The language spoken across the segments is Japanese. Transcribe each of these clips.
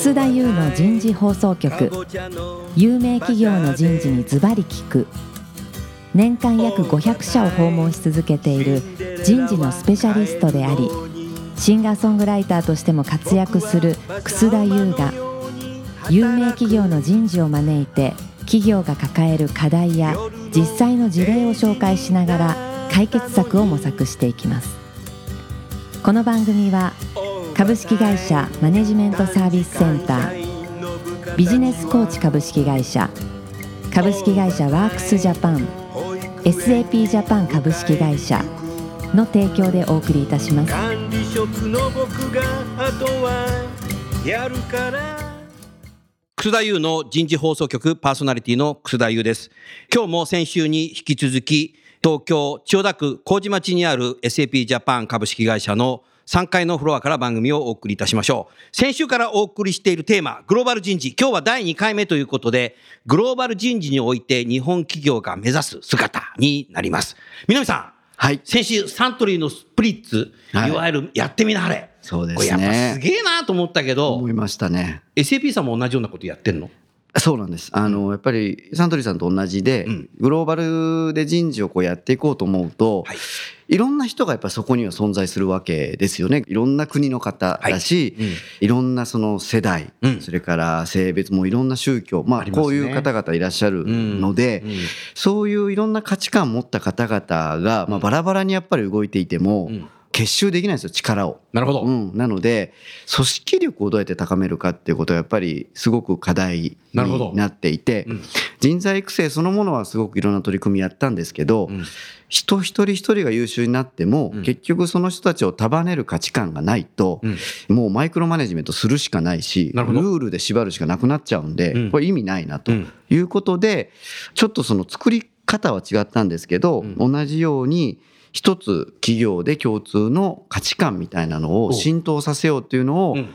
楠田優の人事放送局。有名企業の人事にズバリ聞く。年間約500社を訪問し続けている人事のスペシャリストであり、シンガーソングライターとしても活躍する楠田優が、有名企業の人事を招いて企業が抱える課題や実際の事例を紹介しながら解決策を模索していきます。この番組は株式会社マネジメントサービスセンター、ビジネスコーチ株式会社、株式会社ワークスジャパン、SAP ジャパン株式会社の提供でお送りいたします。 管理職の僕があとはやるから。 楠田優の人事放送局パーソナリティの楠田優です。今日も先週に引き続き、東京千代田区麹町にある SAP ジャパン株式会社の3階のフロアから番組をお送りいたしましょう。先週からお送りしているテーマ、グローバル人事。今日は第2回目ということで、グローバル人事において日本企業が目指す姿になります。南さん、 はい、 先週サントリーのスプリッツ、いわゆるやってみなはれ。 そうですね。 これやっぱすげえなと思ったけど、 思いましたね。 SAP さんも同じようなことやってんの？ そうなんです。やっぱりサントリーさんと同じで、グローバルで人事をこうやっていこうと思うと、いろんな人がやっぱりそこには存在するわけですよね。いろんな国の方だし、いろんなその世代、それから性別もいろんな宗教、こういう方々いらっしゃるので、そういういろんな価値観を持った方々が、バラバラにやっぱり動いていても、結集できないんですよ、力を。 なるほど。 なので組織力をどうやって高めるかっていうことはやっぱりすごく課題になっていて、人材育成そのものはすごくいろんな取り組みやったんですけど、人一人一人が優秀になっても、結局その人たちを束ねる価値観がないと、もうマイクロマネジメントするしかないし、ルールで縛るしかなくなっちゃうんで、これ意味ないなということで、ちょっとその作り方は違ったんですけど、同じように一つ企業で共通の価値観みたいなのを浸透させようというのを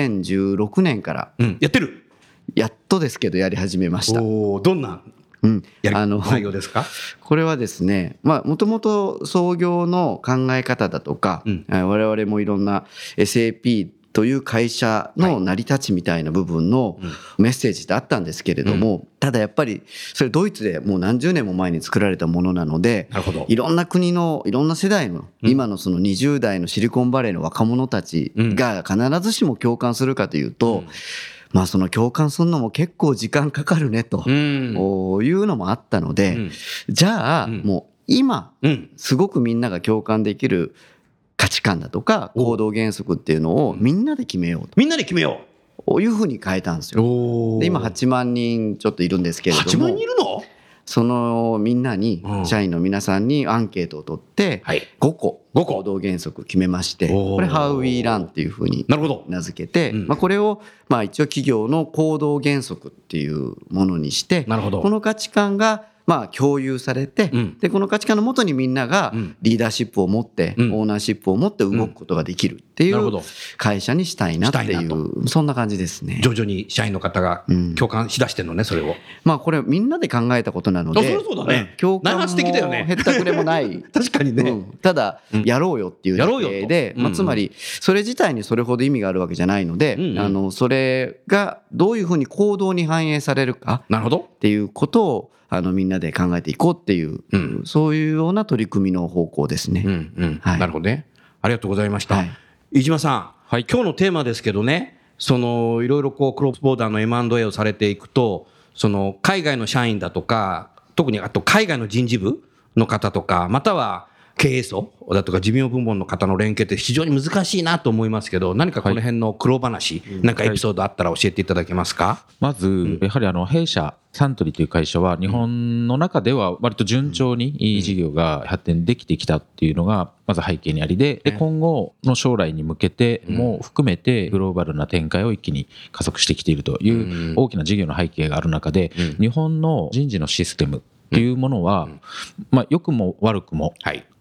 2016年からやってる、 やっとですけどやり始めました。 どんな内容ですか？ これはですね、もともと創業の考え方だとか、我々もいろんな SAP という会社の成り立ちみたいな部分のメッセージってあったんですけれども、ただやっぱりそれドイツでもう何十年も前に作られたものなので、いろんな国のいろんな世代の今のその20代のシリコンバレーの若者たちが必ずしも共感するかというと、その共感するのも結構時間かかるねというのもあったので、じゃあもう今すごくみんなが共感できる価値観だとか行動原則っていうのをみんなで決めようと。 みんなで決めようというふうに変えたんですよ。で今8万人ちょっといるんですけれども、 8万人いるの？ そのみんなに、社員の皆さんにアンケートを取って5個行動原則決めまして、これ How We Run っていうふうに名付けて、これを一応企業の行動原則っていうものにして、この価値観が共有されて、でこの価値観のもとにみんながリーダーシップを持って、オーナーシップを持って動くことができるっていう会社にしたいなっていう、そんな感じですね。 徐々に社員の方が共感しだしてるのね、それを。 これみんなで考えたことなので、共感もへったくれもない確かにね、 ただやろうよっていうだけで、つまりそれ自体にそれほど意味があるわけじゃないので、それがどういうふうに行動に反映されるかっていうことをみんなで考えていこうっていう、そういうような取り組みの方向ですね。 なるほどね。ありがとうございました。飯島さん、今日のテーマですけどね、いろいろクロスボーダーの M&A をされていくと、海外の社員だとか、特にあと海外の人事部の方とか、または経営層だとか事業部門の方の連携って非常に難しいなと思いますけど、何かこの辺の苦労話、なんかエピソードあったら教えていただけますか？ まずやはり弊社サントリーという会社は日本の中では割と順調にいい事業が発展できてきたっていうのがまず背景にありで、今後の将来に向けても含めてグローバルな展開を一気に加速してきているという大きな事業の背景がある中で、日本の人事のシステムというものは良くも悪くも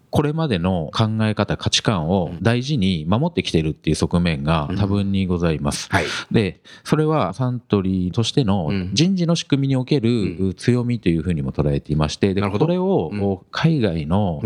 これまでの考え方価値観を大事に守ってきてるっていう側面が多分にございます、 はい。 でそれはサントリーとしての人事の仕組みにおける強みというふうにも捉えていまして、でなるほどこれを海外の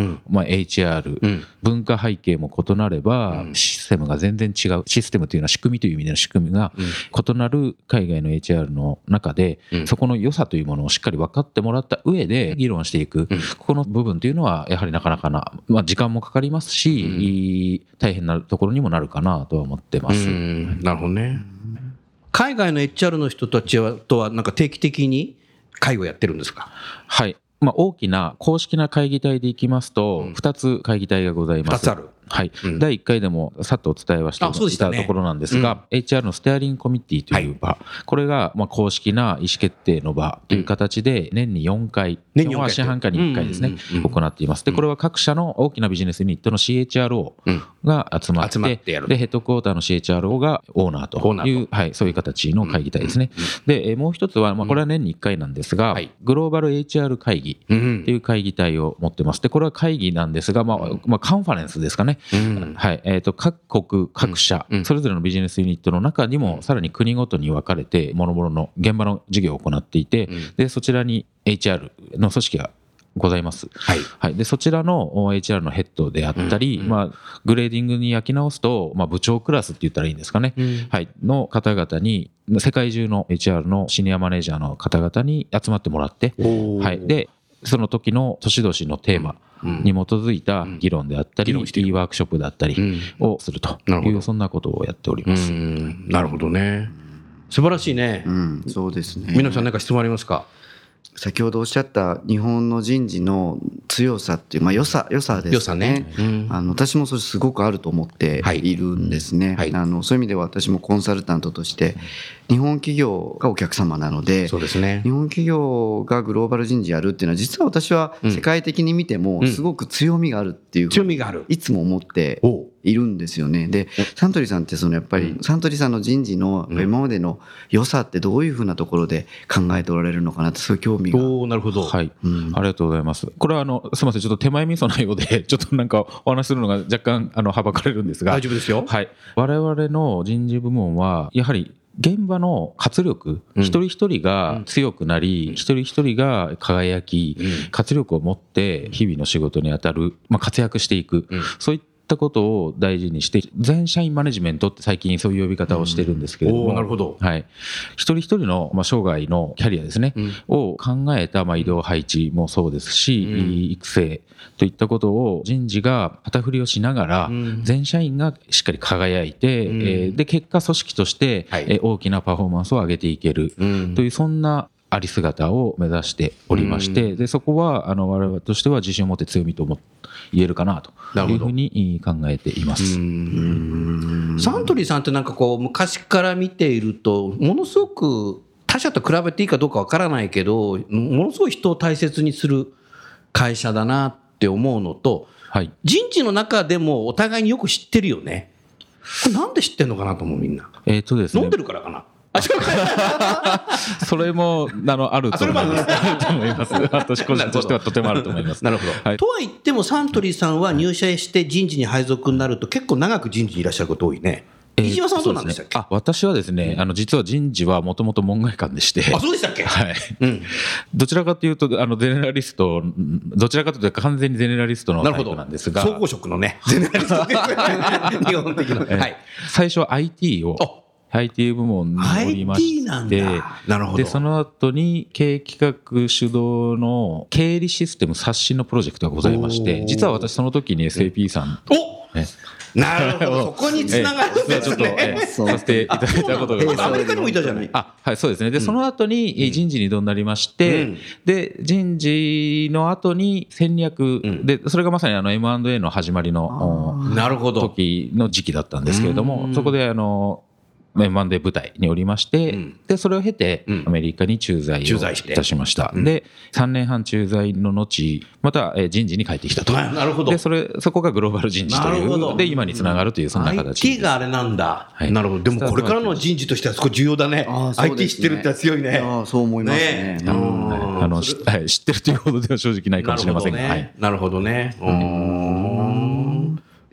HR、文化背景も異なればシステムが全然違う、システムというのは仕組みという意味での仕組みが異なる海外の HR の中で、そこの良さというものをしっかり分かってもらった上で議論していく、ここの部分というのはやはりなかなか時間もかかりますし、大変なところにもなるかなとは思ってます。 なるほどね。海外の HR の人たちとはなんか定期的に会をやってるんですか？ はい、大きな公式な会議体でいきますと2つ会議体がございます。 2つある。 はい、第1回でもさっとお伝えはしていたところなんですが、HR のステアリングコミッティという場、これが公式な意思決定の場という形で年に4回、四半期に1回ですね、行っています。でこれは各社の大きなビジネスユニットの CHRO が集まってでヘッドクォーターの CHRO がオーナーという、そういう形の会議体ですね。でもう一つは、これは年に1回なんですが、グローバル HR 会議という会議体を持ってます。でこれは会議なんですが、カンファレンスですかね。各国各社それぞれのビジネスユニットの中にもさらに国ごとに分かれて諸々の現場の事業を行っていて、でそちらに HR の組織がございます、でそちらの HR のヘッドであったり、グレーディングに焼き直すと、部長クラスって言ったらいいんですかね、の方々に世界中の HR のシニアマネージャーの方々に集まってもらって、でその時の年々のテーマに基づいた議論であったり、いいワークショップだったりをするという、そんなことをやっております。 なるほどね。素晴らしいね。 そうですね。 皆さん何か質問ありますか？ 先ほどおっしゃった日本の人事の強さっていう、良さですね。私もそれすごくあると思っているんですね。そういう意味では私もコンサルタントとして日本企業がお客様なので、 そうですね、 日本企業がグローバル人事やるっていうのは実は私は世界的に見てもすごく強みがあるっていう、 強みがある、 いつも思っているんですよね。でサントリーさんってやっぱりサントリーさんの人事の今までの良さってどういうふうなところで考えておられるのかなって、そういう興味が。 なるほど、 はい、ありがとうございます。これはすみません、ちょっと手前味噌なようでちょっとなんかお話しするのが若干はばかれるんですが、 大丈夫ですよ。 我々の人事部門はやはり現場の活力、一人一人が強くなり、一人一人が輝き、活力を持って日々の仕事に当たる、活躍していく、そういったことを大事にして、全社員マネジメントって最近そういう呼び方をしてるんですけれども、 なるほど、 一人一人の生涯のキャリアですね、を考えた移動配置もそうですし、育成といったことを人事が旗振りをしながら、全社員がしっかり輝いて、で結果組織として大きなパフォーマンスを上げていけるという、そんなあり姿を目指しておりまして、でそこは我々としては自信を持って強みと言えるかなというふうに考えています。 サントリーさんってなんか昔から見ているとものすごく他社と比べていいかどうかわからないけど、ものすごい人を大切にする会社だなって思うのと、人事の中でもお互いによく知ってるよね。これなんで知ってんのかなと思う、みんな。 ですね、 飲んでるからかな。 それもあると思います。私個人としてはとてもあると思います。 なるほど、とは言ってもサントリーさんは入社して人事に配属になると結構長く人事にいらっしゃること多いね。飯島さんはそうなんでしたっけ？ 私はですね、実は人事はもともと門外漢でして。 そうでしたっけ？ どちらかというとゼネラリスト、どちらかというと完全にゼネラリストのタイプなんですが、 総合職のねゼネラリストです日本的な、 最初は IT 部門におりまして、でその後に経営企画主導の経理システム刷新のプロジェクトがございまして、実は私その時に SAP さんなるほど、そこにつながるんですね。 させていただいたことがございます。 アメリカにもいたじゃない。 そうですね。でその後に人事に異動になりまして、で人事の後に戦略で、それがまさにM&A の始まりの時の時期だったんですけれども、そこでM&A 部隊におりまして、でそれを経てアメリカに駐在をいたしました。で3年半駐在の後、また人事に帰ってきたと。 なるほど。 でそこがグローバル人事というで今につながるという、そんな形です。 IT があれなんだ、なるほど。でもこれからの人事としてはすごい重要だね。IT 知ってるって強いね。 そう思いますね。 知ってるというほどでは正直ないかもしれませんが、 なるほどね。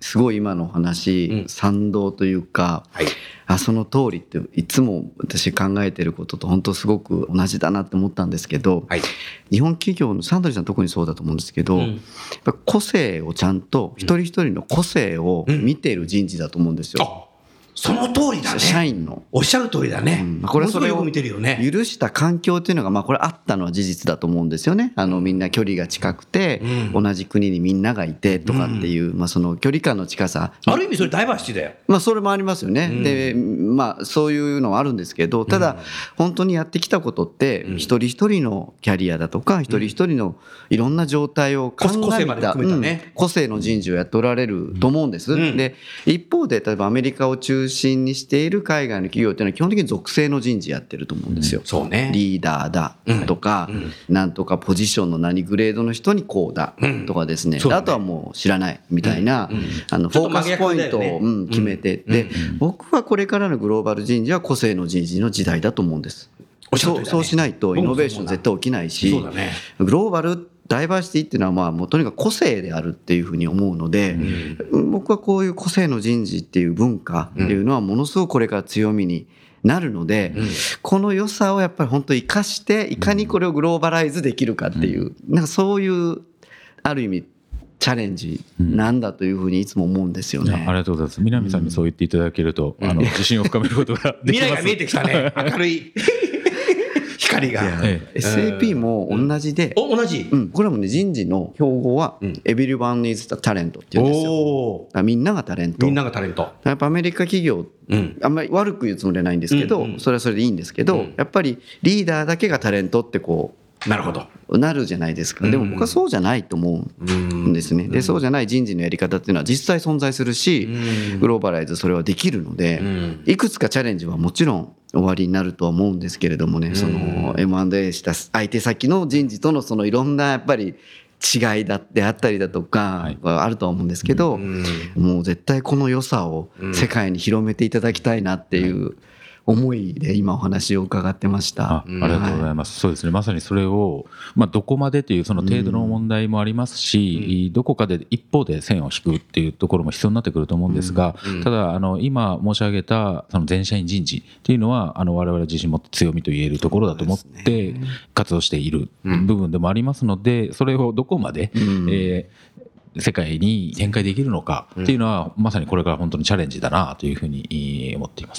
すごい今のお話、賛同というか、その通りっていつも私考えてることと本当すごく同じだなって思ったんですけど、日本企業のサントリーさん特にそうだと思うんですけど、やっぱ個性をちゃんと一人一人の個性を見ている人事だと思うんですよ。 その通りだね。 社員のおっしゃる通りだね。 これはそれをよく見てるよね。 許した環境っていうのがこれあったのは事実だと思うんですよね。みんな距離が近くて、同じ国にみんながいてとかっていう、その距離感の近さ。 ある意味それダイバーシティだよ。 それもありますよね。で、そういうのはあるんですけど、ただ本当にやってきたことって一人一人のキャリアだとか、一人一人のいろんな状態を考えた個性の人事をやっておられると思うんです。で、一方で例えばアメリカを中心にしている海外の企業っていうのは基本的に属性の人事やってると思うんですよ。 そうね。 リーダーだとか、なんとかポジションの何グレードの人にこうだとかですね。あとはもう知らないみたいな、フォーカスポイントを決めて、で、僕はこれからのグローバル人事は個性の人事の時代だと思うんです。そうしないとイノベーション絶対起きないし、グローバルダイバーシティっていうのはもうとにかく個性であるっていうふうに思うので、僕はこういう個性の人事っていう文化っていうのはものすごくこれから強みになるので、この良さをやっぱり本当生かしていかにこれをグローバライズできるかっていう、なんかそういうある意味チャレンジなんだというふうにいつも思うんですよね。 ありがとうございます。南さんにそう言っていただけると、自信を深めることができます。 未来が見えてきたね。明るい光が。 SAP も同じで、 同じ。 これもね、人事の標語はEveryone is the talent って言うんですよ。みんながタレント。 みんながタレント。 やっぱアメリカ企業、あんまり悪く言うつもりはないんですけど、それはそれでいいんですけど、やっぱりリーダーだけがタレントってなるほど。 なるじゃないですか。でも僕はそうじゃないと思うんですね。で、そうじゃない人事のやり方っていうのは実際存在するし、グローバライズそれはできるので、いくつかチャレンジはもちろん終わりになるとは思うんですけれどもね、その M&A した相手先の人事とのそのいろんなやっぱり違いであったりだとかはあるとは思うんですけど、もう絶対この良さを世界に広めていただきたいなっていう思いで今お話を伺ってました。 ありがとうございます。そうですね。まさにそれを、どこまでというその程度の問題もありますし、どこかで一方で線を引くっていうところも必要になってくると思うんですが、ただ今申し上げたその全社員人事っていうのは我々自身も強みと言えるところだと思って活動している部分でもありますので、それをどこまで、世界に展開できるのかっていうのは、まさにこれから本当にチャレンジだなというふうに思っています。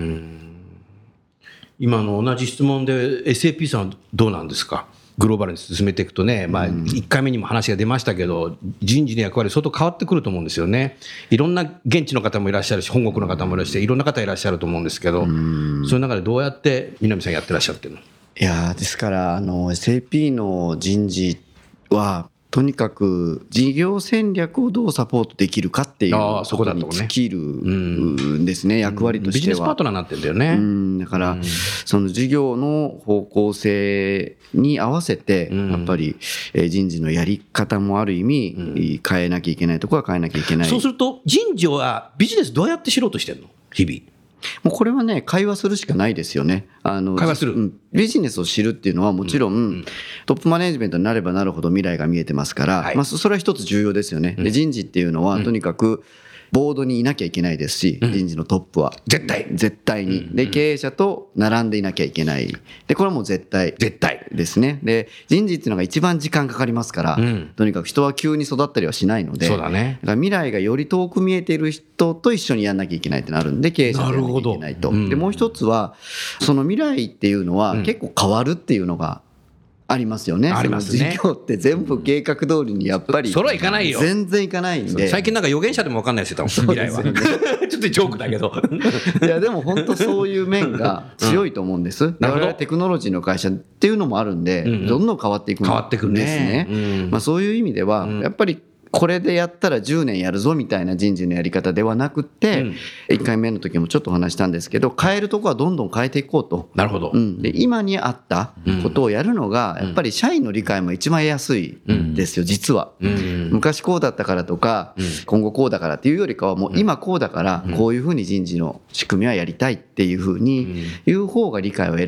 今の同じ質問で SAP さんはどうなんですか。グローバルに進めていくとね、1回目にも話が出ましたけど、人事の役割相当変わってくると思うんですよね。いろんな現地の方もいらっしゃるし、本国の方もいらっしゃるし、いろんな方いらっしゃると思うんですけど、そういう中でどうやって南さんやってらっしゃってるの？ いやですからSAP の人事はとにかく事業戦略をどうサポートできるかっていうことに尽きるんですね、役割としては。 ビジネスパートナーになってるんだよね。 だからその事業の方向性に合わせてやっぱり人事のやり方もある意味変えなきゃいけないところは変えなきゃいけない。 そうすると人事はビジネスどうやって知ろうとしてるの？日々 もうこれはね、会話するしかないですよね。 会話する、 ビジネスを知るっていうのはもちろん、トップマネジメントになればなるほど未来が見えてますから、それは一つ重要ですよね。で、人事っていうのはとにかくボードにいなきゃいけないですし、人事のトップは絶対にで経営者と並んでいなきゃいけない。でこれはもう絶対ですね。で人事っていうのが一番時間かかりますから、とにかく人は急に育ったりはしないので、 そうだね。 だから未来がより遠く見えている人と一緒にやんなきゃいけないってなるんで、経営者とやんなきゃいけないと。でもう一つはその未来っていうのは結構変わるっていうのがありますよね。 ありますね。 事業って全部計画通りにやっぱりそれはいかないよ。 全然いかないんで。 最近なんか預言者でも分かんないですよ、未来は。ちょっとジョークだけど。 いやでも本当そういう面が強いと思うんです。我々テクノロジーの会社っていうのもあるんで、どんどん変わっていくんですね。そういう意味ではやっぱりこれでやったら10年やるぞみたいな人事のやり方ではなくて、1回目の時もちょっと話したんですけど、変えるとこはどんどん変えていこうと。 なるほど。 で今に合ったことをやるのがやっぱり社員の理解も一番得やすいんですよ、実は。昔こうだったからとか、今後こうだからっていうよりかは、もう今こうだからこういうふうに人事の仕組みはやりたいっていうふうに言う方が理解を得ら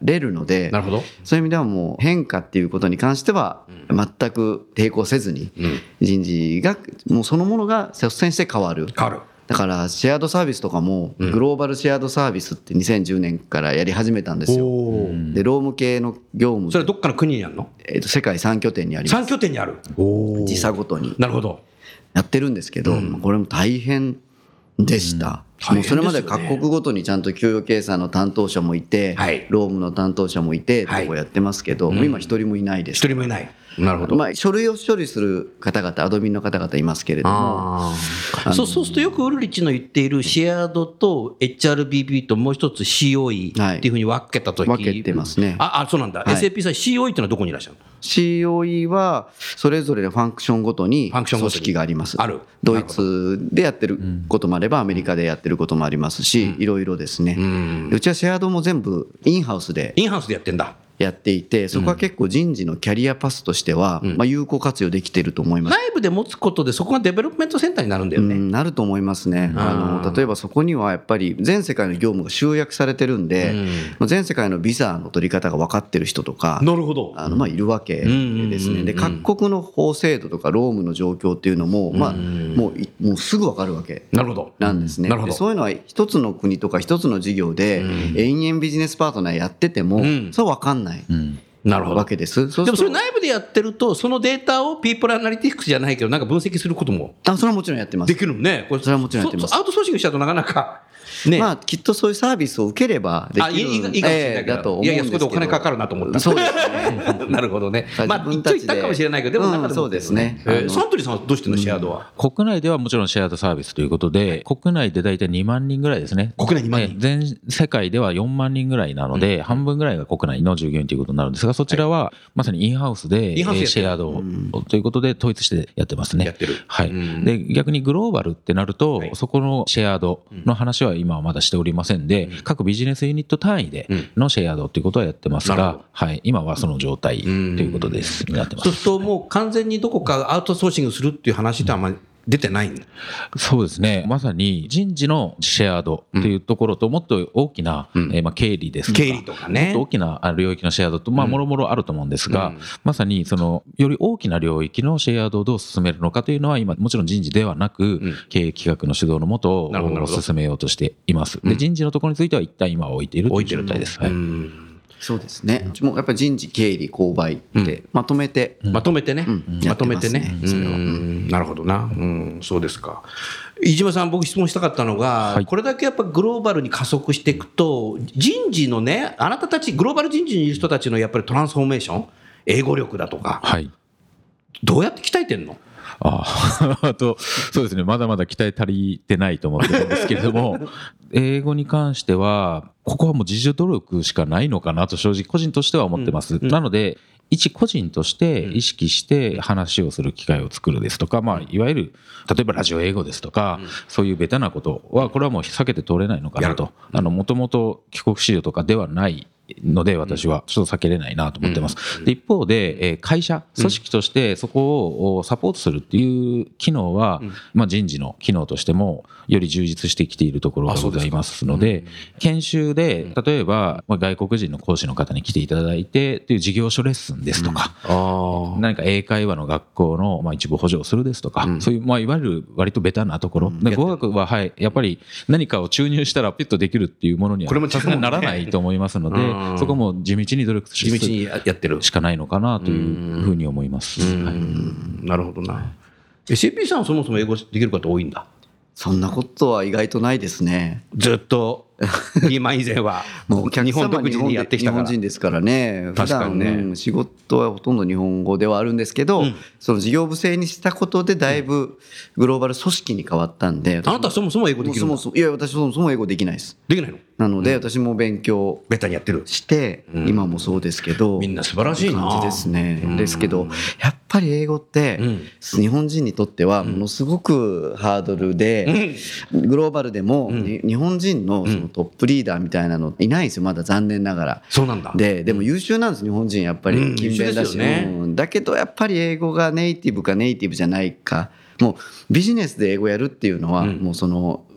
れるので、 なるほど。 そういう意味ではもう変化っていうことに関しては全く抵抗せずに、人事がもうそのものが率先して変わる。だからシェアードサービスとかもグローバルシェアードサービスって2010年からやり始めたんですよ。で労務系の業務、 それはどっかの国にあるの？ 世界3拠点にあります。 3拠点にある。 時差ごとになるほどやってるんですけど、これも大変でした。もうそれまで各国ごとにちゃんと給与計算の担当者もいて、労務の担当者もいてってこうやってますけど、今一人もいないです。 一人もいない。なるほど。 書類を処理する方々、アドミンの方々いますけれども、 そうするとよくウルリッチの言っているシェアードと HRBP ともう一つ COE っていうふうに分けたとき、 分けてますね。 そうなんだ。SAP さん COE っていうのはどこにいらっしゃるの ？COE はそれぞれのファンクションごとに組織があります。ドイツでやってることもあればアメリカでやってることもありますし、いろいろですね。うちはシェアードも全部インハウスでやってんだ。 やっていて、そこは結構人事のキャリアパスとしては有効活用できていると思います。 内部で持つことでそこがデベロップメントセンターになるんだよね。 なると思いますね。例えばそこにはやっぱり全世界の業務が集約されてるんで、全世界のビザの取り方が分かってる人とかいるわけですね。で各国の法制度とか労務の状況っていうのももうすぐ分かるわけなんですね。でそういうのは一つの国とか一つの事業で延々ビジネスパートナーやっててもそれは分かんないわけです。 でもそれ内部でやってるとそのデータをピープルアナリティクスじゃないけどなんか分析することもそれはもちろんやってます。 できるね。 それはもちろんやってます。 アウトソーシングしちゃうとなかなかね、 きっとそういうサービスを受ければできるいいかもしれないけど、いやいやそこでお金かかるなと思った。 そうですね。 なるほどね。一応言ったかもしれないけど、でも中でもそうですね。 サントリーさんはどうしてのシェアードは？ 国内ではもちろんシェアードサービスということで、国内で大体2万人ぐらいですね。 国内2万人。 全世界では4万人ぐらいなので、半分ぐらいが国内の従業員ということになるんですが、そちらはまさにインハウスでシェアードということで統一してやってますね。 やってる。 はい。で逆にグローバルってなると、そこのシェアードの話は今はまだしておりませんで、各ビジネスユニット単位でのシェアードということはやってますが、はい、今はその状態ということです。になってます。 そうするともう完全にどこかアウトソーシングするっていう話ってあんまり出てないんだ。 そうですね。まさに人事のシェアードというところともっと大きな経理ですとか、 経理とかね、 もっと大きな領域のシェアードともろもろあると思うんですが、まさにそのより大きな領域のシェアードをどう進めるのかというのは今もちろん人事ではなく経営企画の主導のもと進めようとしています。で人事のところについては一旦今は置いているという状態です。はい。 そうですね。うちもやっぱり人事経理購買ってまとめてね、まとめてね。なるほどな。そうですか。飯島さん、僕質問したかったのが、これだけやっぱグローバルに加速していくと人事のね、あなたたちグローバル人事にいる人たちのやっぱりトランスフォーメーション、英語力だとか、どうやって鍛えてんの？ そうですね。まだまだ期待足りてないと思ってるんですけれども、英語に関してはここはもう自助努力しかないのかなと正直個人としては思ってます。なので一個人として意識して話をする機会を作るですとか、いわゆる例えばラジオ英語ですとか、そういうベタなことはこれはもう避けて通れないのかなと。もともと帰国子女とかではないので私はちょっと避けれないなと思ってます。で一方で会社組織としてそこをサポートするっていう機能は人事の機能としてもより充実してきているところがございますので、研修で例えば外国人の講師の方に来ていただいてという事業所レッスンですとか、何か英会話の学校の一部補助をするですとか、そういういわゆる割とベタなところで、語学はやっぱり何かを注入したらピッとできるっていうものにはならないと思いますので、そこも地道に努力するしかないのかなというふうに思います。 なるほどな。CP さんはそもそも英語できる方多いんだ？ そんなことは意外とないですね。 ずっと今以前はもう日本独自にやってきたから。 日本人ですからね。 確かにね。 仕事はほとんど日本語ではあるんですけど、その事業部制にしたことでだいぶグローバル組織に変わったんで。 あなたはそもそも英語できるの？ いや私そもそも英語できないです。 できないの？ なので私も勉強ベタにやってるして今もそうですけど、 みんな素晴らしいな感じですね。ですけどやっぱり英語って日本人にとってはものすごくハードルで、グローバルでも日本人のそのトップリーダーみたいなのいないんですよ、まだ残念ながら。 そうなんだ。 でも優秀なんです日本人やっぱり勤勉だし、だけどやっぱり英語がネイティブかネイティブじゃないか、もうビジネスで英語やるっていうのはもうその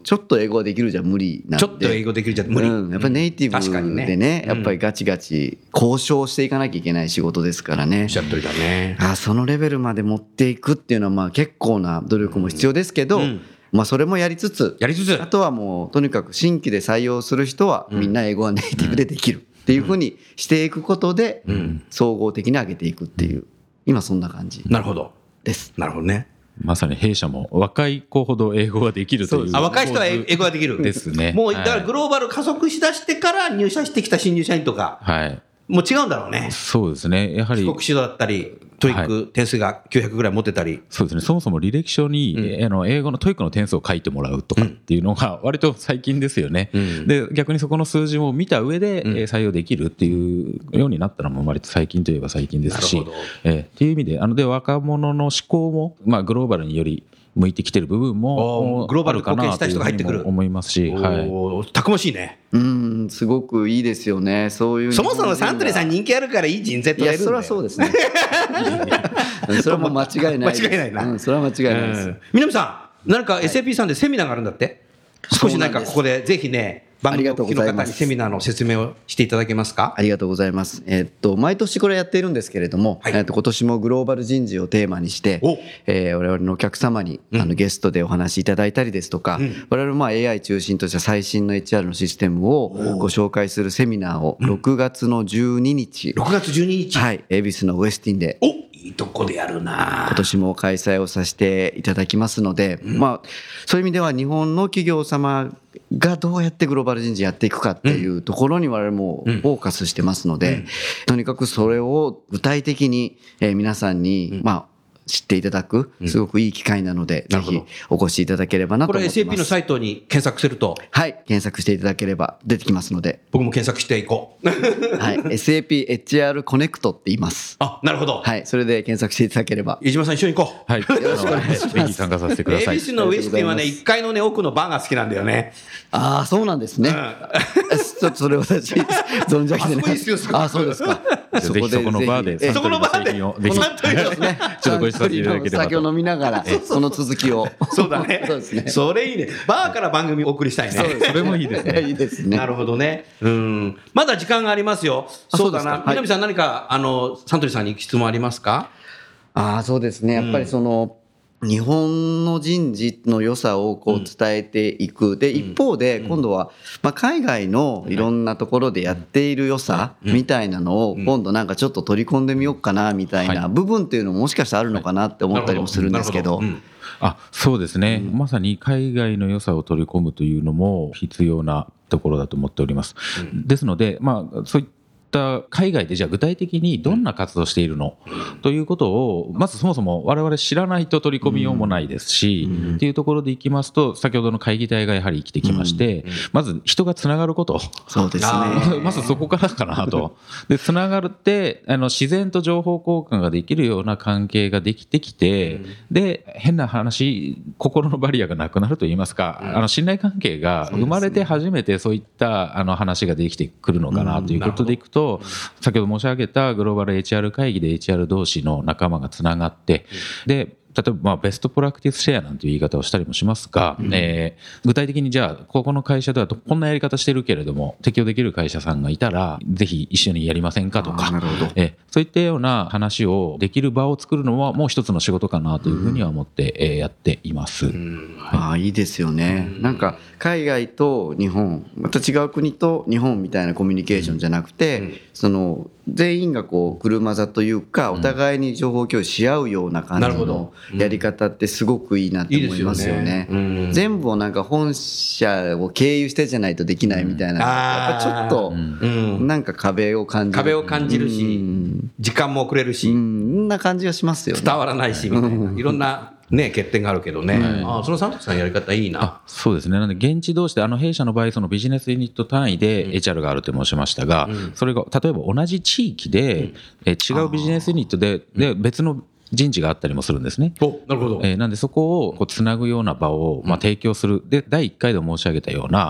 ちょっと英語ができるじゃ無理なんで、 ちょっと英語できるじゃ無理、 やっぱりネイティ確かにブでね、 うんやっぱりガチガチ交渉していかなきゃいけない仕事ですからね。 おっしゃる通りだね。 そのレベルまで持っていくっていうのはまあ結構な努力も必要ですけど、まあそれもやりつつあとはもうとにかく新規で採用する人はみんな英語はネイティブでできるっていうふうにしていくことで総合的に上げていくっていう今そんな感じなるほどです。 なるほどね。 まさに弊社も若い子ほど英語ができるという。 若い人は英語ができるですね。 もうだからグローバル加速しだしてから入社してきた新入社員とか、 はい、 もう違うんだろうね。 そうですね。やはり帰国子女だったりトイック点数が900ぐらい持ってたり、 そうですね。そもそも履歴書に、英語のトイックの点数を書いてもらうとかっていうのが割と最近ですよね。で逆にそこの数字も見た上で、採用できるっていうようになったのも割と最近といえば最近ですし、っていう意味でで若者の思考も、まあ、グローバルにより向いてきてる部分もグローバルに貢献した人が入ってくる思いますし、はい、 たくましいね。 すごくいいですよね。そういうそもそもサントリーさん人気あるからいい人材とやるんだよ。 いやそれはそうですねそれはもう間違いない間違いないな、 それは間違いないです。 南さん何か SAP さんでセミナーがあるんだって、少しなんかここでぜひね番組の聞きの方にセミナーの説明をしていただけますか。 ありがとうございます。毎年これやっているんですけれども、今年もグローバル人事をテーマにして、我々のお客様にゲストでお話しいただいたりですとか、我々もAI 中心とした最新の HR のシステムをご紹介するセミナーを6月の12日、 6月12日、 はい、恵比寿のウエスティンでいいとこでやるな。 今年も開催をさせていただきますので、まあそういう意味では日本の企業様がどうやってグローバル人事やっていくかっていうところに我々もフォーカスしてますので、とにかくそれを具体的に皆さんにまあ知っていただくすごくいい機会なので、ぜひお越しいただければなと思ってます。 これ SAP のサイトに検索すると、 はい、検索していただければ出てきますので、 僕も検索していこうはい、SAP HR コネクトって言います。 なるほど。 はい、それで検索していただければ。 飯島さん一緒に行こう。 はい、よろしくお願いします。ぜひ参加させてください。 恵比寿のウエスティンはね、1階のね奥のバーが好きなんだよね。 ああ、そうなんですね。ちょっとそれ私存じ上げてない。そうですか。 ぜひそこのバーでそこのバーでちょっとご一緒させていただければと。 酒を飲みながらその続きを。 そうだね。 そうですね。 それいいね。バーから番組お送りしたいね。 それもいいですね。 いいですね。 なるほどね。まだ時間がありますよ。そうだな。南さん何かサントリーさんに質問ありますか。 そうですね。やっぱりその日本の人事の良さをこう伝えていく。で、一方で今度は海外のいろんなところでやっている良さみたいなのを今度なんかちょっと取り込んでみようかなみたいな部分っていうのももしかしたらあるのかなって思ったりもするんですけど。 そうですね。まさに海外の良さを取り込むというのも必要なところだと思っております。ですので、そういった海外でじゃあ具体的にどんな活動をしているのということをまずそもそも我々知らないと取り込みようもないですし、っていうところでいきますと先ほどの会議体がやはり生きてきまして、まず人がつながること、 そうですね、 まずそこからかなと。でつながるって自然と情報交換ができるような関係ができてきて、で変な話心のバリアがなくなるといいますか、信頼関係が生まれて初めてそういった話ができてくるのかなということでいくと、先ほど申し上げたグローバル HR 会議で HR 同士の仲間がつながって、で例えばベストプラクティスシェアなんていう言い方をしたりもしますが、具体的にじゃあここの会社ではこんなやり方してるけれども適用できる会社さんがいたらぜひ一緒にやりませんかとか、そういったような話をできる場を作るのはもう一つの仕事かなというふうには思ってやっています。 いいですよね。なんか海外と日本また違う国と日本みたいなコミュニケーションじゃなくて、その全員がこう車座というかお互いに情報共有し合うような感じのやり方ってすごくいいなって思いますよね。全部をなんか本社を経由してじゃないとできないみたいな、やっぱちょっとなんか壁を感じるし、時間も遅れるし、 そんな感じがしますよね。 伝わらないしみたいないろんなね、欠点があるけどね、そのサントリーさんのやり方いいな。 そうですね。なので現地同士で弊社の場合そのビジネスユニット単位で HR があると申しましたが、それが例えば同じ地域で、違うビジネスユニットで別の人事があったりもするんですね。 なるほど。 なんでそこをつなぐような場を提供する。で第1回で申し上げたような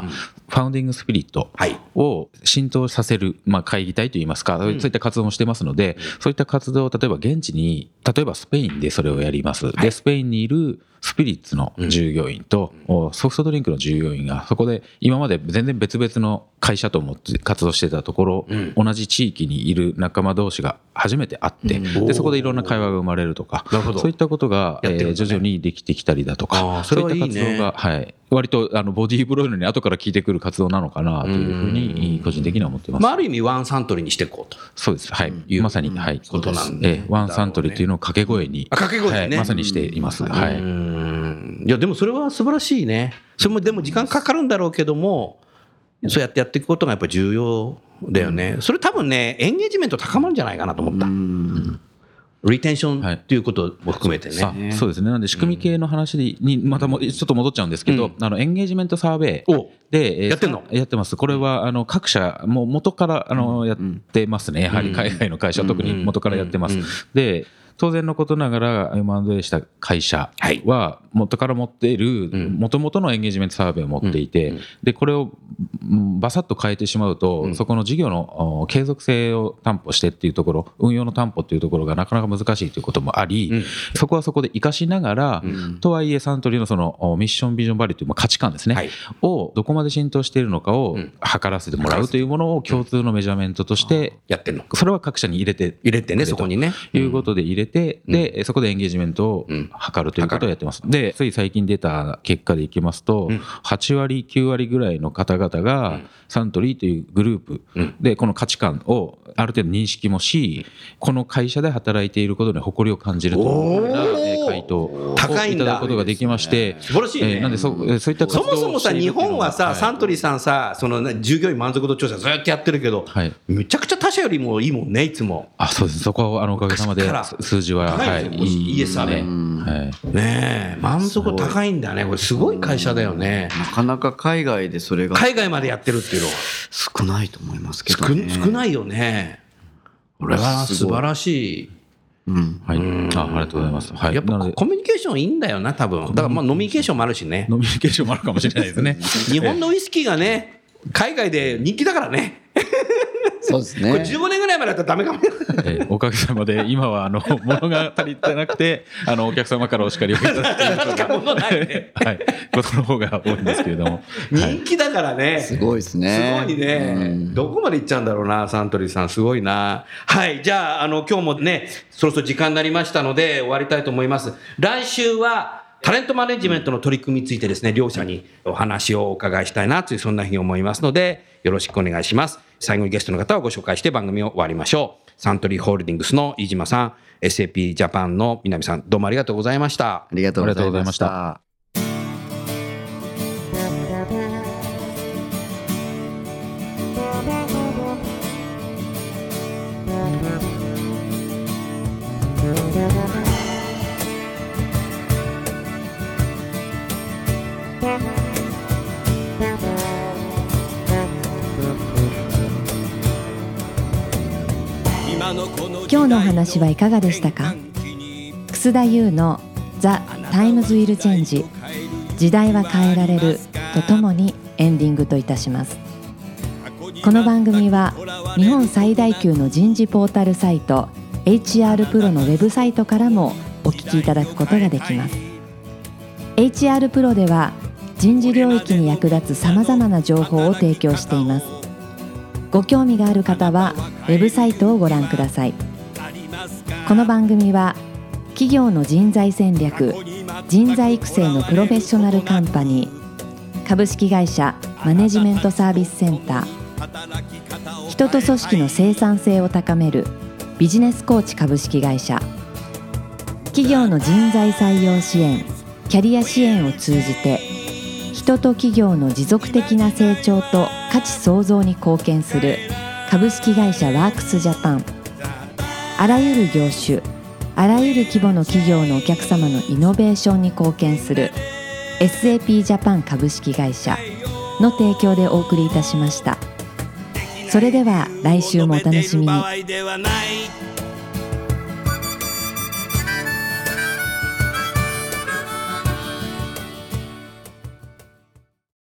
ファウンディングスピリットを浸透させる、会議体といいますか、そういった活動もしてますので、そういった活動を例えば現地に、例えばスペインでそれをやります。でスペインにいるスピリッツの従業員とソフトドリンクの従業員がそこで今まで全然別々の会社と思って活動してたところ、同じ地域にいる仲間同士が初めて会って、でそこでいろんな会話が生まれるとか、そういったことが徐々にできてきたりだとか、そういった活動が割とボディーブロイドに後から効いてくる活動なのかなというふうに個人的には思ってます。 ある意味ワンサントリーにしていこうと。 そうです、まさにことなんで、 ワンサントリーというのを掛け声にまさにしています。 いやでもそれは素晴らしいね。それもでも時間かかるんだろうけども、そうやってやっていくことがやっぱり重要だよね。それ多分ね、エンゲージメント高まるんじゃないかなと思った。リテンションっていうことも含めてね。 そうですね。なので仕組み系の話にまたちょっと戻っちゃうんですけど、エンゲージメントサーベイでやってんの？ やってます。これは各社もう元からやってますね。やはり海外の会社特に元からやってます。で当然のことながら M&A した会社は元から持っている元々のエンゲージメントサーベイを持っていて、でこれをバサッと変えてしまうと、そこの事業の継続性を担保してっていうところ、運用の担保っていうところがなかなか難しいということもあり、そこはそこで生かしながら、とはいえサントリーのそのミッションビジョンバリューという価値観ですね、をどこまで浸透しているのかを測らせてもらうというものを共通のメジャーメントとしてやってるの。それは各社に入れてね、そこにねいうことで入れて、でそこでエンゲージメントを測るということをやってます。でつい最近出た結果でいきますと、8割9割ぐらいの方々がサントリーというグループでこの価値観をある程度認識もし、この会社で働いていることに誇りを感じるというような回答をいただくことができまして、 素晴らしいね。 なんでそういった活動をそもそもさ、日本はさ、サントリーさんさ、その従業員満足度調査ずっとやってるけど、めちゃくちゃ他社よりもいいもんね、いつも。 そうです。そこはおかげさまで数字はイエスアメねえ、満足度高いんだね。これすごい会社だよね。 なかなか海外でそれが海外までやってるっていうのは少ないと思いますけどね。 少ないよね。これは素晴らしい。 ありがとうございます。 やっぱコミュニケーションいいんだよな、多分。だから飲みニケーションもあるしね。 飲みニケーションもあるかもしれないですね。 日本のウイスキーがね、海外で人気だからね。 そうですね。 これ15年ぐらいまでだったらダメかも。 おかげさまで今は物が足りてなくてお客様からお叱りをいただいていることの方が多いんですけれども、 人気だからね。 すごいですね。 すごいね。どこまで行っちゃうんだろうな、サントリーさんすごいな。はい、じゃあ今日もね、そろそろ時間になりましたので終わりたいと思います。来週はタレントマネジメントの取り組みについてですね、両者にお話をお伺いしたいなという、そんなふうに思いますので、よろしくお願いします。最後にゲストの方をご紹介して番組を終わりましょう。サントリーホールディングスの飯島さん、SAP ジャパンの南さん、どうもありがとうございました。 ありがとうございました。 今日のお話はいかがでしたか。楠田優の The Times Will Change 時代は変えられるとともにエンディングといたします。この番組は日本最大級の人事ポータルサイト HR プロのウェブサイトからもお聞きいただくことができます。 HR プロでは人事領域に役立つさまざまな情報を提供しています。ご興味がある方はウェブサイトをご覧ください。この番組は企業の人材戦略、人材育成のプロフェッショナルカンパニー、株式会社マネジメントサービスセンター、人と組織の生産性を高めるビジネスコーチ株式会社、企業の人材採用支援、キャリア支援を通じて人と企業の持続的な成長と価値創造に貢献する株式会社ワークスジャパン、あらゆる業種、あらゆる規模の企業のお客様のイノベーションに貢献する SAP ジャパン株式会社の提供でお送りいたしました。それでは来週もお楽しみに。